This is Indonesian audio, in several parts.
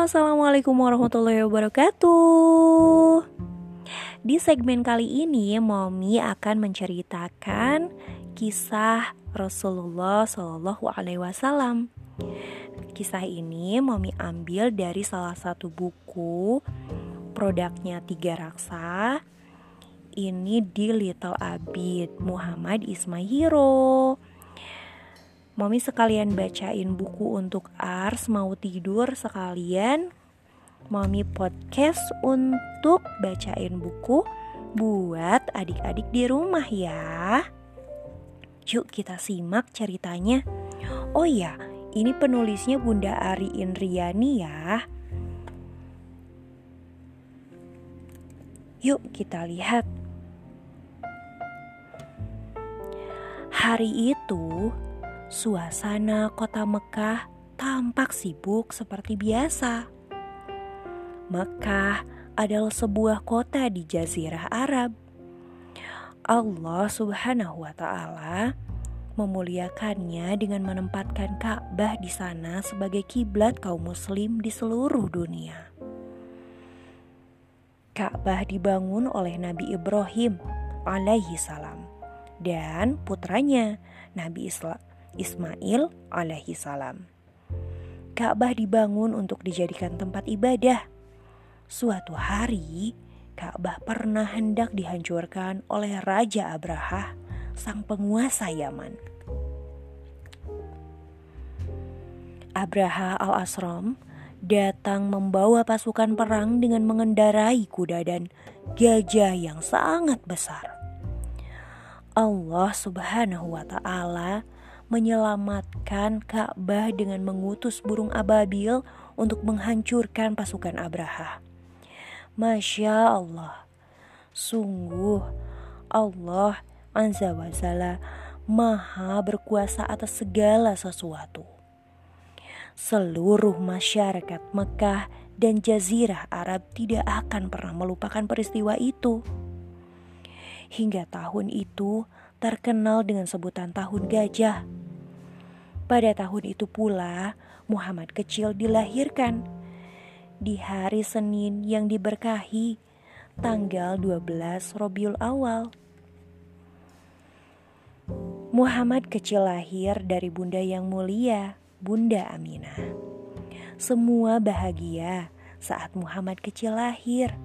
Halo, assalamualaikum warahmatullahi wabarakatuh. Di segmen kali ini, Momi akan menceritakan kisah Rasulullah Shallallahu Alaihi Wasallam. Kisah ini Momi ambil dari salah satu buku, produknya Tiga Raksa. Ini di Little Abid Muhammad Ismail. Momi sekalian bacain buku untuk Ars, mau tidur sekalian Momi podcast untuk bacain buku buat adik-adik di rumah ya. Yuk kita simak ceritanya. Oh ya, ini penulisnya Bunda Ari Indriani ya. Yuk kita lihat. Hari itu suasana kota Mekah tampak sibuk seperti biasa. Mekah adalah sebuah kota di Jazirah Arab. Allah Subhanahu wa Ta'ala memuliakannya dengan menempatkan Ka'bah di sana sebagai kiblat kaum Muslim di seluruh dunia. Ka'bah dibangun oleh Nabi Ibrahim alaihi salam dan putranya Nabi Ismail alaihi salam. Ka'bah dibangun untuk dijadikan tempat ibadah. Suatu hari, Ka'bah pernah hendak dihancurkan oleh Raja Abraha, sang penguasa Yaman. Abraha al-Asram datang membawa pasukan perang dengan mengendarai kuda dan gajah yang sangat besar. Allah Subhanahu wa Ta'ala menyelamatkan Ka'bah dengan mengutus burung ababil untuk menghancurkan pasukan Abraha. Masya Allah, sungguh Allah Azza wa Jalla Maha berkuasa atas segala sesuatu. Seluruh masyarakat Mekah dan Jazirah Arab tidak akan pernah melupakan peristiwa itu. Hingga tahun itu terkenal dengan sebutan Tahun Gajah. Pada tahun itu pula Muhammad kecil dilahirkan di hari Senin yang diberkahi tanggal 12 Rabiul Awal. Muhammad kecil lahir dari bunda yang mulia, Bunda Aminah. Semua bahagia saat Muhammad kecil lahir.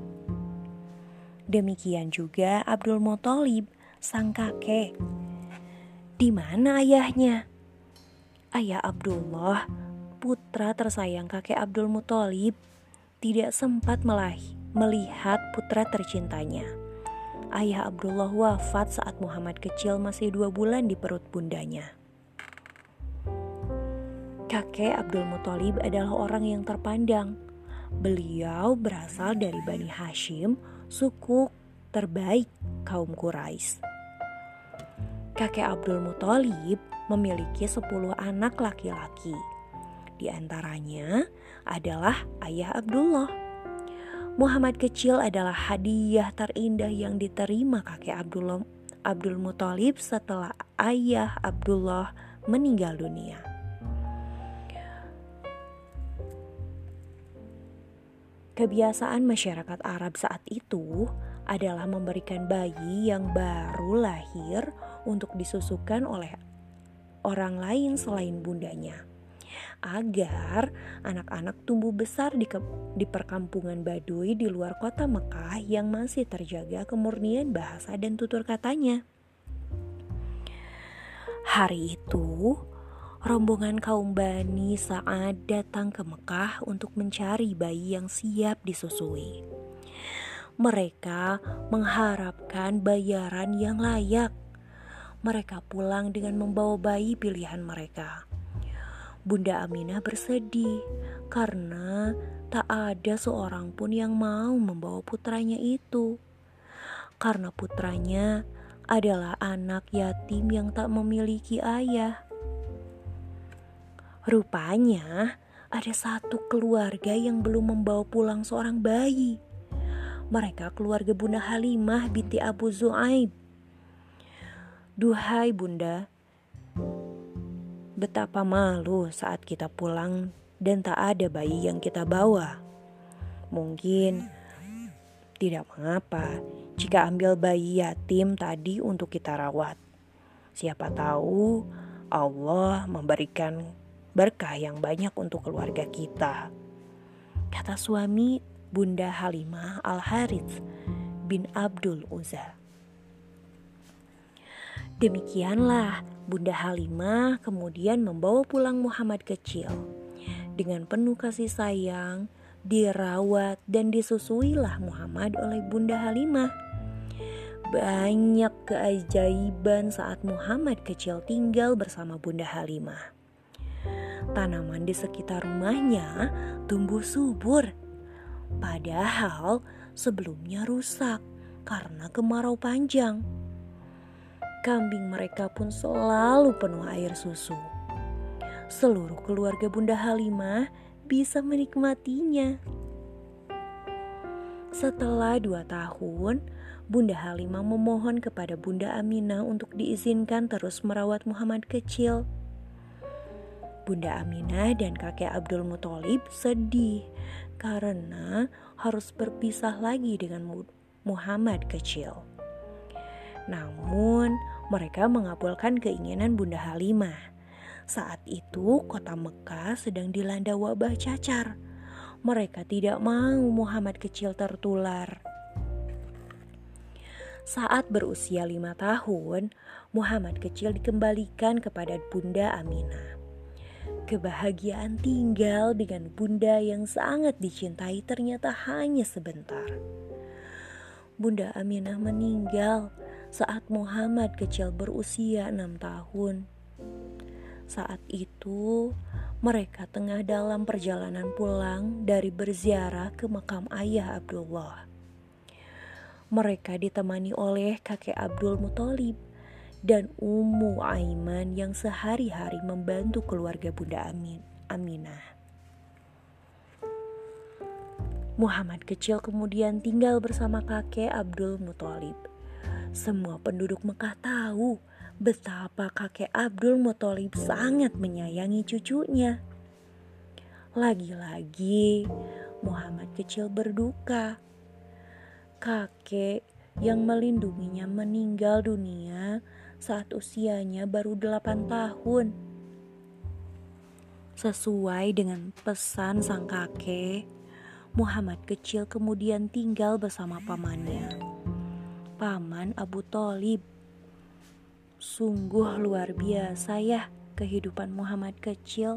Demikian juga Abdul Muthalib, sang kakek. Di mana ayahnya? Ayah Abdullah, putra tersayang kakek Abdul Muthalib, tidak sempat melihat putra tercintanya. Ayah Abdullah wafat saat Muhammad kecil masih 2 bulan di perut bundanya. Kakek Abdul Muthalib adalah orang yang terpandang. Beliau berasal dari Bani Hashim, suku terbaik kaum Quraisy. Kakek Abdul Muthalib memiliki 10 anak laki-laki. Di antaranya adalah ayah Abdullah. Muhammad kecil adalah hadiah terindah yang diterima kakek Abdul Muthalib setelah ayah Abdullah meninggal dunia. Kebiasaan masyarakat Arab saat itu adalah memberikan bayi yang baru lahir untuk disusukan oleh orang lain selain bundanya, agar anak-anak tumbuh besar di perkampungan Baduy di luar kota Mekah yang masih terjaga kemurnian bahasa dan tutur katanya. Hari itu, rombongan kaum Bani Sa'ad datang ke Mekah untuk mencari bayi yang siap disusui. Mereka mengharapkan bayaran yang layak. Mereka pulang dengan membawa bayi pilihan mereka. Bunda Aminah bersedih karena tak ada seorang pun yang mau membawa putranya itu. Karena putranya adalah anak yatim yang tak memiliki ayah. Rupanya ada satu keluarga yang belum membawa pulang seorang bayi. Mereka keluarga Bunda Halimah binti Abu Zu'aib. Duhai bunda, betapa malu saat kita pulang dan tak ada bayi yang kita bawa. Mungkin tidak mengapa jika ambil bayi yatim tadi untuk kita rawat. Siapa tahu Allah memberikan berkah yang banyak untuk keluarga kita, kata suami Bunda Halimah Al-Harits bin Abdul Uzza. Demikianlah Bunda Halimah kemudian membawa pulang Muhammad kecil. Dengan penuh kasih sayang, dirawat dan disusuilah Muhammad oleh Bunda Halimah. Banyak keajaiban saat Muhammad kecil tinggal bersama Bunda Halimah. Tanaman di sekitar rumahnya tumbuh subur, padahal sebelumnya rusak karena kemarau panjang. Kambing mereka pun selalu penuh air susu. Seluruh keluarga Bunda Halimah bisa menikmatinya. Setelah 2 tahun, Bunda Halimah memohon kepada Bunda Aminah untuk diizinkan terus merawat Muhammad kecil. Bunda Aminah dan kakek Abdul Muthalib sedih karena harus berpisah lagi dengan Muhammad kecil. Namun, mereka mengabulkan keinginan Bunda Halimah. Saat itu, kota Mekah sedang dilanda wabah cacar. Mereka tidak mau Muhammad kecil tertular. Saat berusia 5 tahun, Muhammad kecil dikembalikan kepada Bunda Aminah. Kebahagiaan tinggal dengan bunda yang sangat dicintai ternyata hanya sebentar. Bunda Aminah meninggal saat Muhammad kecil berusia 6 tahun. Saat itu, mereka tengah dalam perjalanan pulang dari berziarah ke makam ayah Abdullah. Mereka ditemani oleh kakek Abdul Muthalib dan Ummu Aiman yang sehari-hari membantu keluarga Bunda Aminah. Muhammad kecil kemudian tinggal bersama kakek Abdul Muthalib. Semua penduduk Mekah tahu betapa kakek Abdul Muthalib sangat menyayangi cucunya. Lagi-lagi Muhammad kecil berduka. Kakek yang melindunginya meninggal dunia saat usianya baru 8 tahun. Sesuai dengan pesan sang kakek, Muhammad kecil kemudian tinggal bersama pamannya, Paman Abu Thalib. Sungguh luar biasa ya kehidupan Muhammad kecil.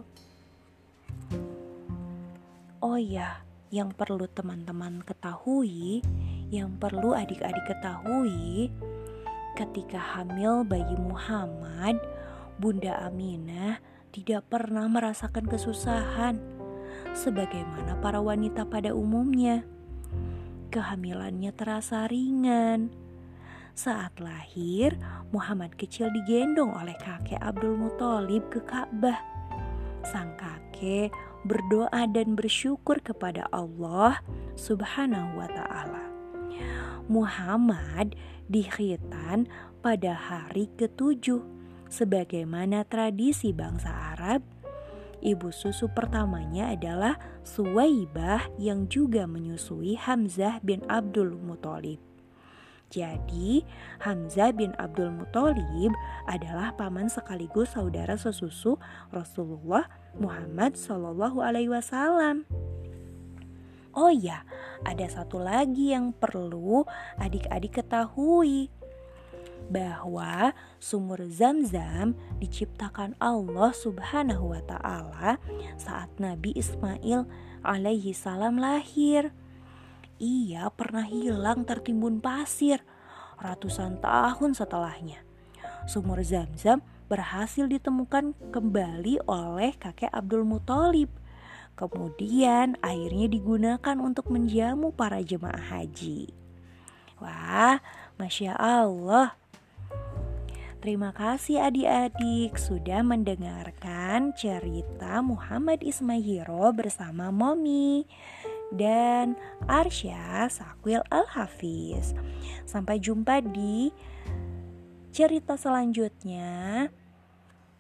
Oh ya, yang perlu teman-teman ketahui, yang perlu adik-adik ketahui, ketika hamil bayi Muhammad, Bunda Aminah tidak pernah merasakan kesusahan sebagaimana para wanita pada umumnya. Kehamilannya terasa ringan. Saat lahir, Muhammad kecil digendong oleh kakek Abdul Muthalib ke Ka'bah. Sang kakek berdoa dan bersyukur kepada Allah Subhanahu wa ta'ala. Muhammad dikhitan pada hari ke-7. Sebagaimana tradisi bangsa Arab, ibu susu pertamanya adalah Suwaibah yang juga menyusui Hamzah bin Abdul Muthalib. Jadi, Hamzah bin Abdul Muthalib adalah paman sekaligus saudara sesusu Rasulullah Muhammad SAW. Oh ya, ada satu lagi yang perlu adik-adik ketahui, bahwa sumur Zam-Zam diciptakan Allah Subhanahu wa ta'ala saat Nabi Ismail alaihi salam lahir. Ia pernah hilang tertimbun pasir ratusan tahun setelahnya. Sumur Zam-Zam berhasil ditemukan kembali oleh kakek Abdul Muthalib. Kemudian airnya digunakan untuk menjamu para jemaah haji. Wah, Masya Allah. Terima kasih adik-adik sudah mendengarkan cerita Muhammad Ismail bersama Momi dan Arsya Sakwil Al-Hafiz. Sampai jumpa di cerita selanjutnya.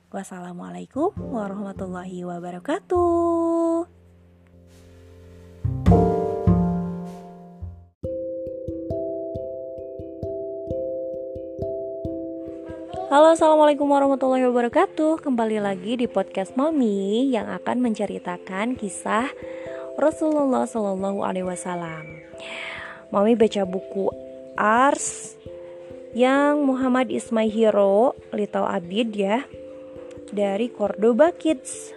Wassalamualaikum warahmatullahi wabarakatuh. Halo, assalamualaikum warahmatullahi wabarakatuh. Kembali lagi di podcast Mami yang akan menceritakan kisah Rasulullah Shallallahu Alaihi Wasallam. Mami baca buku Ars yang Muhammad Ismail Little Abid ya, dari Cordoba Kids.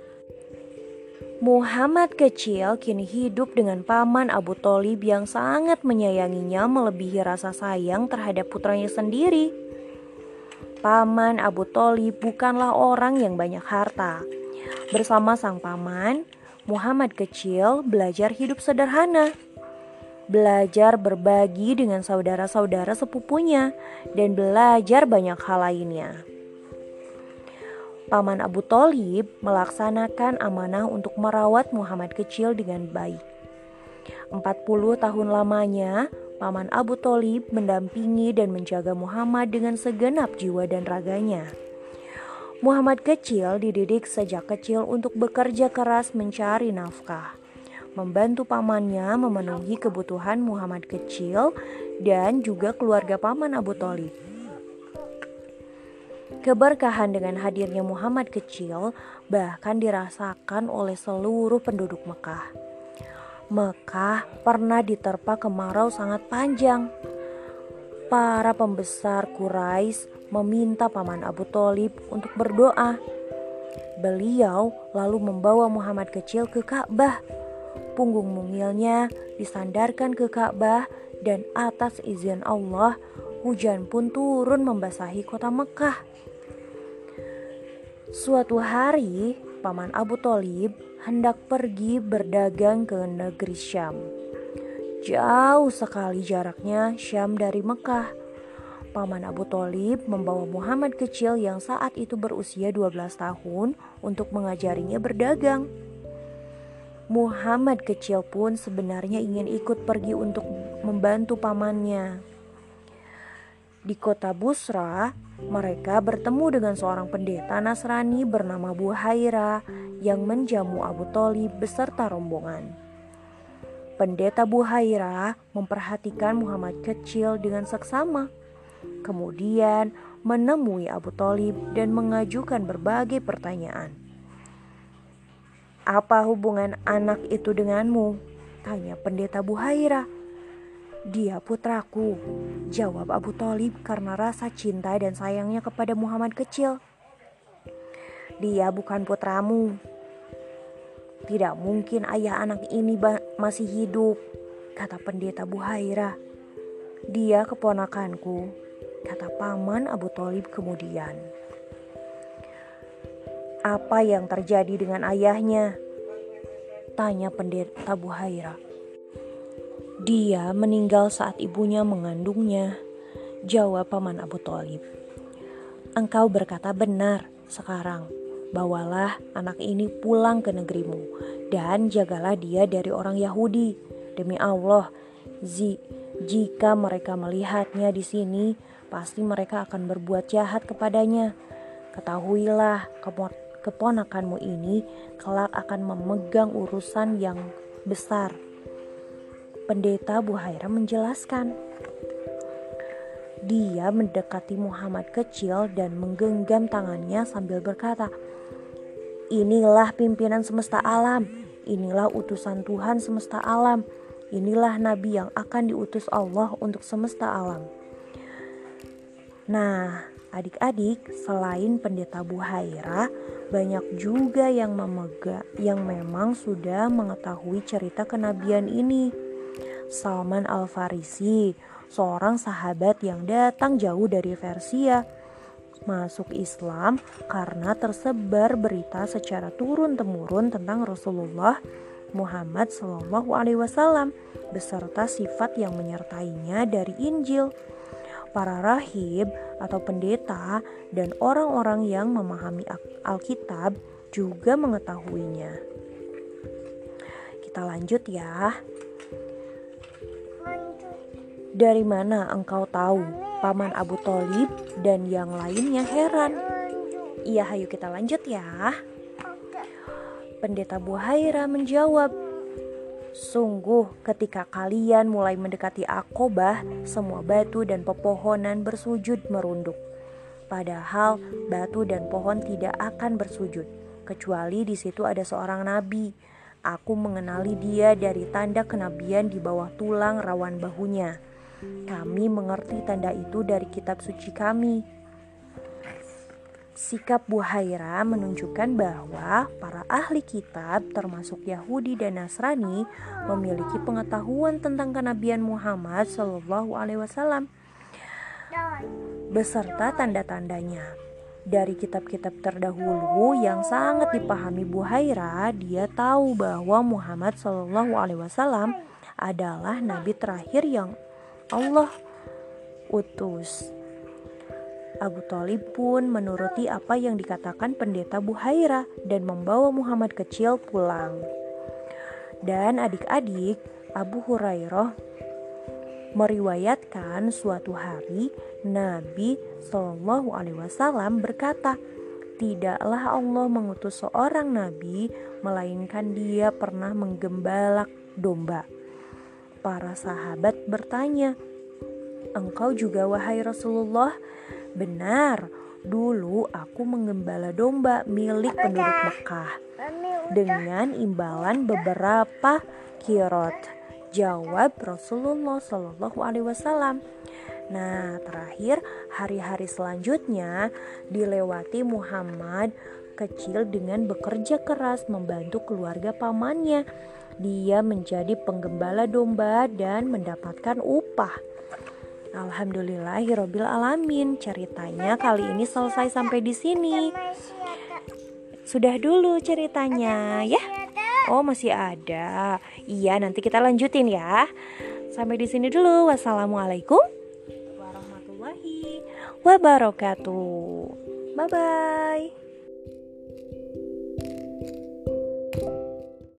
Muhammad kecil kini hidup dengan paman Abu Tholib yang sangat menyayanginya melebihi rasa sayang terhadap putranya sendiri. Paman Abu Tholib bukanlah orang yang banyak harta. Bersama sang paman, Muhammad kecil belajar hidup sederhana, belajar berbagi dengan saudara-saudara sepupunya, dan belajar banyak hal lainnya. Paman Abu Tholib melaksanakan amanah untuk merawat Muhammad kecil dengan baik. 40 tahun lamanya, Paman Abu Tholib mendampingi dan menjaga Muhammad dengan segenap jiwa dan raganya. Muhammad kecil dididik sejak kecil untuk bekerja keras mencari nafkah, membantu pamannya memenuhi kebutuhan Muhammad kecil dan juga keluarga Paman Abu Tholib. Keberkahan dengan hadirnya Muhammad kecil bahkan dirasakan oleh seluruh penduduk Mekah. Mekah pernah diterpa kemarau sangat panjang. Para pembesar Quraisy meminta Paman Abu Tholib untuk berdoa. Beliau lalu membawa Muhammad kecil ke Ka'bah. Punggung mungilnya disandarkan ke Ka'bah dan atas izin Allah, hujan pun turun membasahi kota Mekah. Suatu hari, Paman Abu Tholib hendak pergi berdagang ke negeri Syam. Jauh sekali jaraknya Syam dari Mekah. Paman Abu Tholib membawa Muhammad kecil yang saat itu berusia 12 tahun untuk mengajarinya berdagang. Muhammad kecil pun sebenarnya ingin ikut pergi untuk membantu pamannya. Di kota Busra, mereka bertemu dengan seorang pendeta Nasrani bernama Buhaira yang menjamu Abu Tholib beserta rombongan. Pendeta Buhaira memperhatikan Muhammad kecil dengan seksama. Kemudian menemui Abu Tholib dan mengajukan berbagai pertanyaan. "Apa hubungan anak itu denganmu?" tanya pendeta Buhaira. "Dia putraku," jawab Abu Tholib karena rasa cinta dan sayangnya kepada Muhammad kecil. "Dia bukan putramu. Tidak mungkin ayah anak ini masih hidup," kata pendeta Buhaira. "Dia keponakanku," kata Paman Abu Tholib kemudian. "Apa yang terjadi dengan ayahnya?" tanya pendeta Buhaira. "Dia meninggal saat ibunya mengandungnya," jawab Paman Abu Tholib. "Engkau berkata benar. Sekarang bawalah anak ini pulang ke negerimu dan jagalah dia dari orang Yahudi. Demi Allah, jika mereka melihatnya di sini, pasti mereka akan berbuat jahat kepadanya. Ketahuilah, keponakanmu ini kelak akan memegang urusan yang besar." Pendeta Buhaira menjelaskan. Dia mendekati Muhammad kecil dan menggenggam tangannya sambil berkata, "Inilah pimpinan semesta alam, inilah utusan Tuhan semesta alam, inilah nabi yang akan diutus Allah untuk semesta alam." Nah, adik-adik, selain pendeta Buhaira, banyak juga yang memang sudah mengetahui cerita kenabian ini. Salman Al-Farisi, seorang sahabat yang datang jauh dari Persia, masuk Islam karena tersebar berita secara turun-temurun tentang Rasulullah Muhammad SAW beserta sifat yang menyertainya dari Injil. Para rahib atau pendeta dan orang-orang yang memahami Alkitab juga mengetahuinya. Kita lanjut ya. "Dari mana engkau tahu?" Paman Abu Tholib dan yang lainnya heran. Iya, hayu kita lanjut ya. Pendeta Buhaira menjawab, sungguh ketika kalian mulai mendekati Aqobah, semua batu dan pepohonan bersujud merunduk. Padahal batu dan pohon tidak akan bersujud, kecuali di situ ada seorang nabi. Aku mengenali dia dari tanda kenabian di bawah tulang rawan bahunya. Kami mengerti tanda itu dari kitab suci kami. Sikap Buhaira menunjukkan bahwa para ahli kitab termasuk Yahudi dan Nasrani memiliki pengetahuan tentang kenabian Muhammad SAW beserta tanda-tandanya. Dari kitab-kitab terdahulu yang sangat dipahami Buhaira, dia tahu bahwa Muhammad SAW adalah nabi terakhir yang Allah utus. Abu Thalib pun menuruti apa yang dikatakan pendeta Buhaira dan membawa Muhammad kecil pulang. Dan adik-adik, Abu Hurairah meriwayatkan suatu hari Nabi SAW berkata, tidaklah Allah mengutus seorang nabi melainkan dia pernah menggembalak domba. Para sahabat bertanya, engkau juga wahai Rasulullah? Benar, dulu aku menggembala domba milik penduduk Mekah dengan imbalan beberapa kirot, jawab Rasulullah SAW. Nah, terakhir hari-hari selanjutnya dilewati Muhammad kecil dengan bekerja keras membantu keluarga pamannya. Dia menjadi penggembala domba dan mendapatkan upah. Alhamdulillahirabbil alamin. Ceritanya kali ini selesai sampai di sini. Sudah dulu ceritanya ya. Oh, masih ada. Iya, nanti kita lanjutin ya. Sampai di sini dulu. Wassalamualaikum warahmatullahi wabarakatuh. Bye bye.